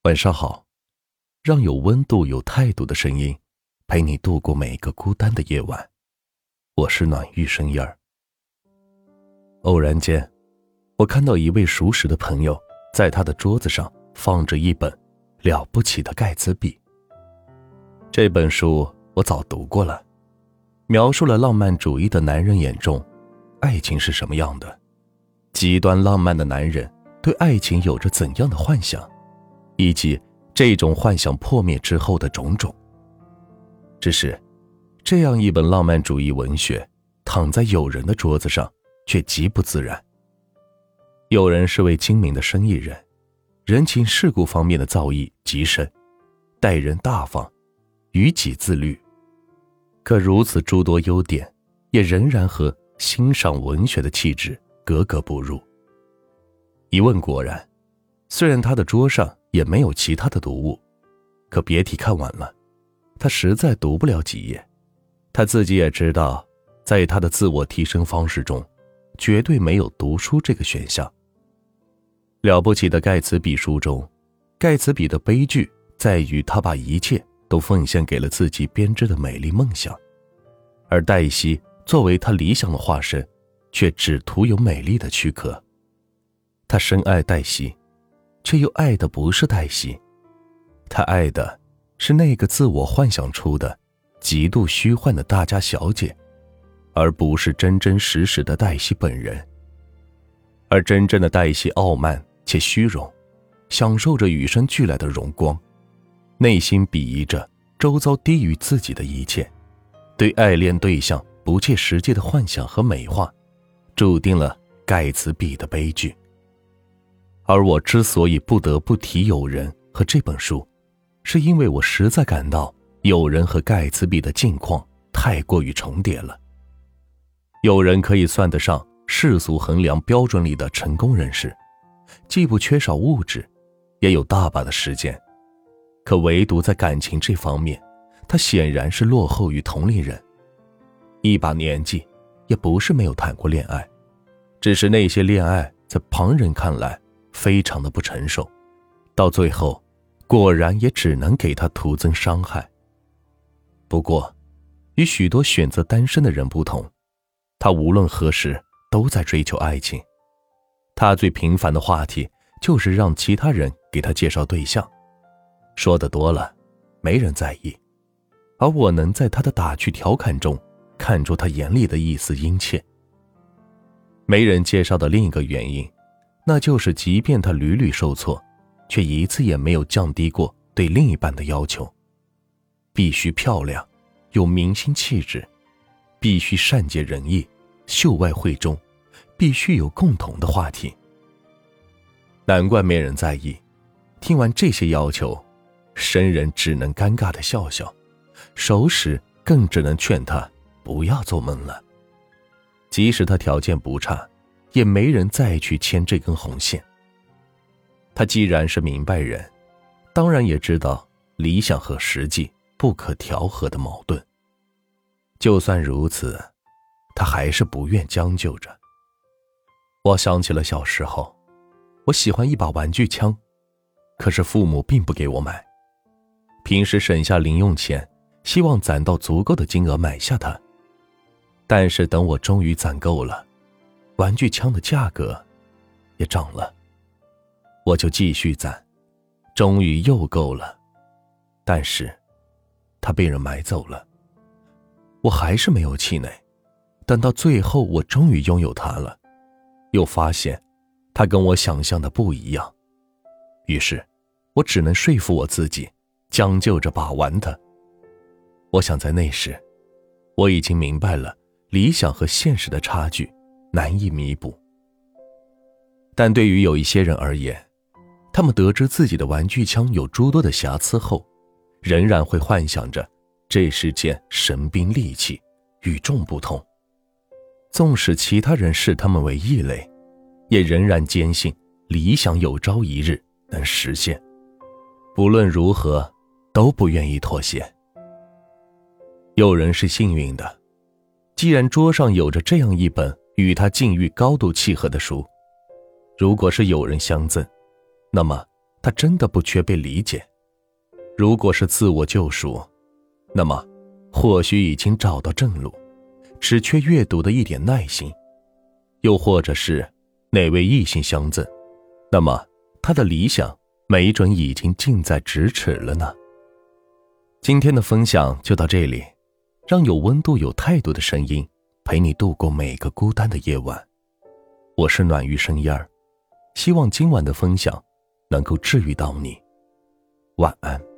晚上好，让有温度有态度的声音陪你度过每个孤单的夜晚。我是暖玉声音儿。偶然间，我看到一位熟识的朋友在他的桌子上放着一本了不起的盖茨比。这本书我早读过了，描述了浪漫主义的男人眼中爱情是什么样的，极端浪漫的男人对爱情有着怎样的幻想，以及这种幻想破灭之后的种种。只是这样一本浪漫主义文学躺在友人的桌子上却极不自然。友人是位精明的生意人，人情世故方面的造诣极深，待人大方，于己自律。可如此诸多优点也仍然和欣赏文学的气质格格不入。一问果然，虽然他的桌上也没有其他的读物，可别提看完了，他实在读不了几页。他自己也知道，在他的自我提升方式中，绝对没有读书这个选项。了不起的盖茨比书中，盖茨比的悲剧在于他把一切都奉献给了自己编织的美丽梦想，而黛西作为他理想的化身，却只图有美丽的躯壳。他深爱黛西，却又爱的不是黛西，他爱的是那个自我幻想出的极度虚幻的大家小姐，而不是真真实实的黛西本人。而真正的黛西傲慢且虚荣，享受着与生俱来的荣光，内心鄙夷着周遭低于自己的一切，对爱恋对象不切实际的幻想和美化，注定了盖茨比的悲剧。而我之所以不得不提友人和这本书，是因为我实在感到友人和盖茨比的境况太过于重叠了。友人可以算得上世俗衡量标准里的成功人士，既不缺少物质，也有大把的时间，可唯独在感情这方面，他显然是落后于同龄人。一把年纪，也不是没有谈过恋爱，只是那些恋爱在旁人看来非常的不成熟，到最后果然也只能给他徒增伤害。不过与许多选择单身的人不同，他无论何时都在追求爱情。他最频繁的话题就是让其他人给他介绍对象，说得多了没人在意，而我能在他的打趣调侃中看出他眼里的一丝殷切。没人介绍的另一个原因，那就是即便他屡屡受挫，却一次也没有降低过对另一半的要求。必须漂亮，有明星气质，必须善解人意，秀外慧中，必须有共同的话题。难怪没人在意，听完这些要求，生人只能尴尬地笑笑，熟识更只能劝他不要做梦了。即使他条件不差，也没人再去牵这根红线。他既然是明白人，当然也知道理想和实际不可调和的矛盾。就算如此，他还是不愿将就着。我想起了小时候，我喜欢一把玩具枪，可是父母并不给我买。平时省下零用钱，希望攒到足够的金额买下它。但是等我终于攒够了，玩具枪的价格也涨了，我就继续攒，终于又够了，但是它被人买走了。我还是没有气馁，等到最后我终于拥有它了，又发现它跟我想象的不一样，于是我只能说服我自己将就着把玩它。我想在那时，我已经明白了理想和现实的差距难以弥补。但对于有一些人而言，他们得知自己的玩具枪有诸多的瑕疵后，仍然会幻想着这是件神兵利器，与众不同。纵使其他人视他们为异类，也仍然坚信理想有朝一日能实现，不论如何都不愿意妥协。有人是幸运的，既然桌上有着这样一本与他境遇高度契合的书，如果是有人相赠，那么他真的不缺被理解。如果是自我救赎，那么或许已经找到正路，只缺阅读的一点耐心。又或者是哪位异性相赠，那么他的理想没准已经近在咫尺了呢。今天的分享就到这里，让有温度有态度的声音陪你度过每个孤单的夜晚。我是暖玉声音儿，希望今晚的分享能够治愈到你。晚安。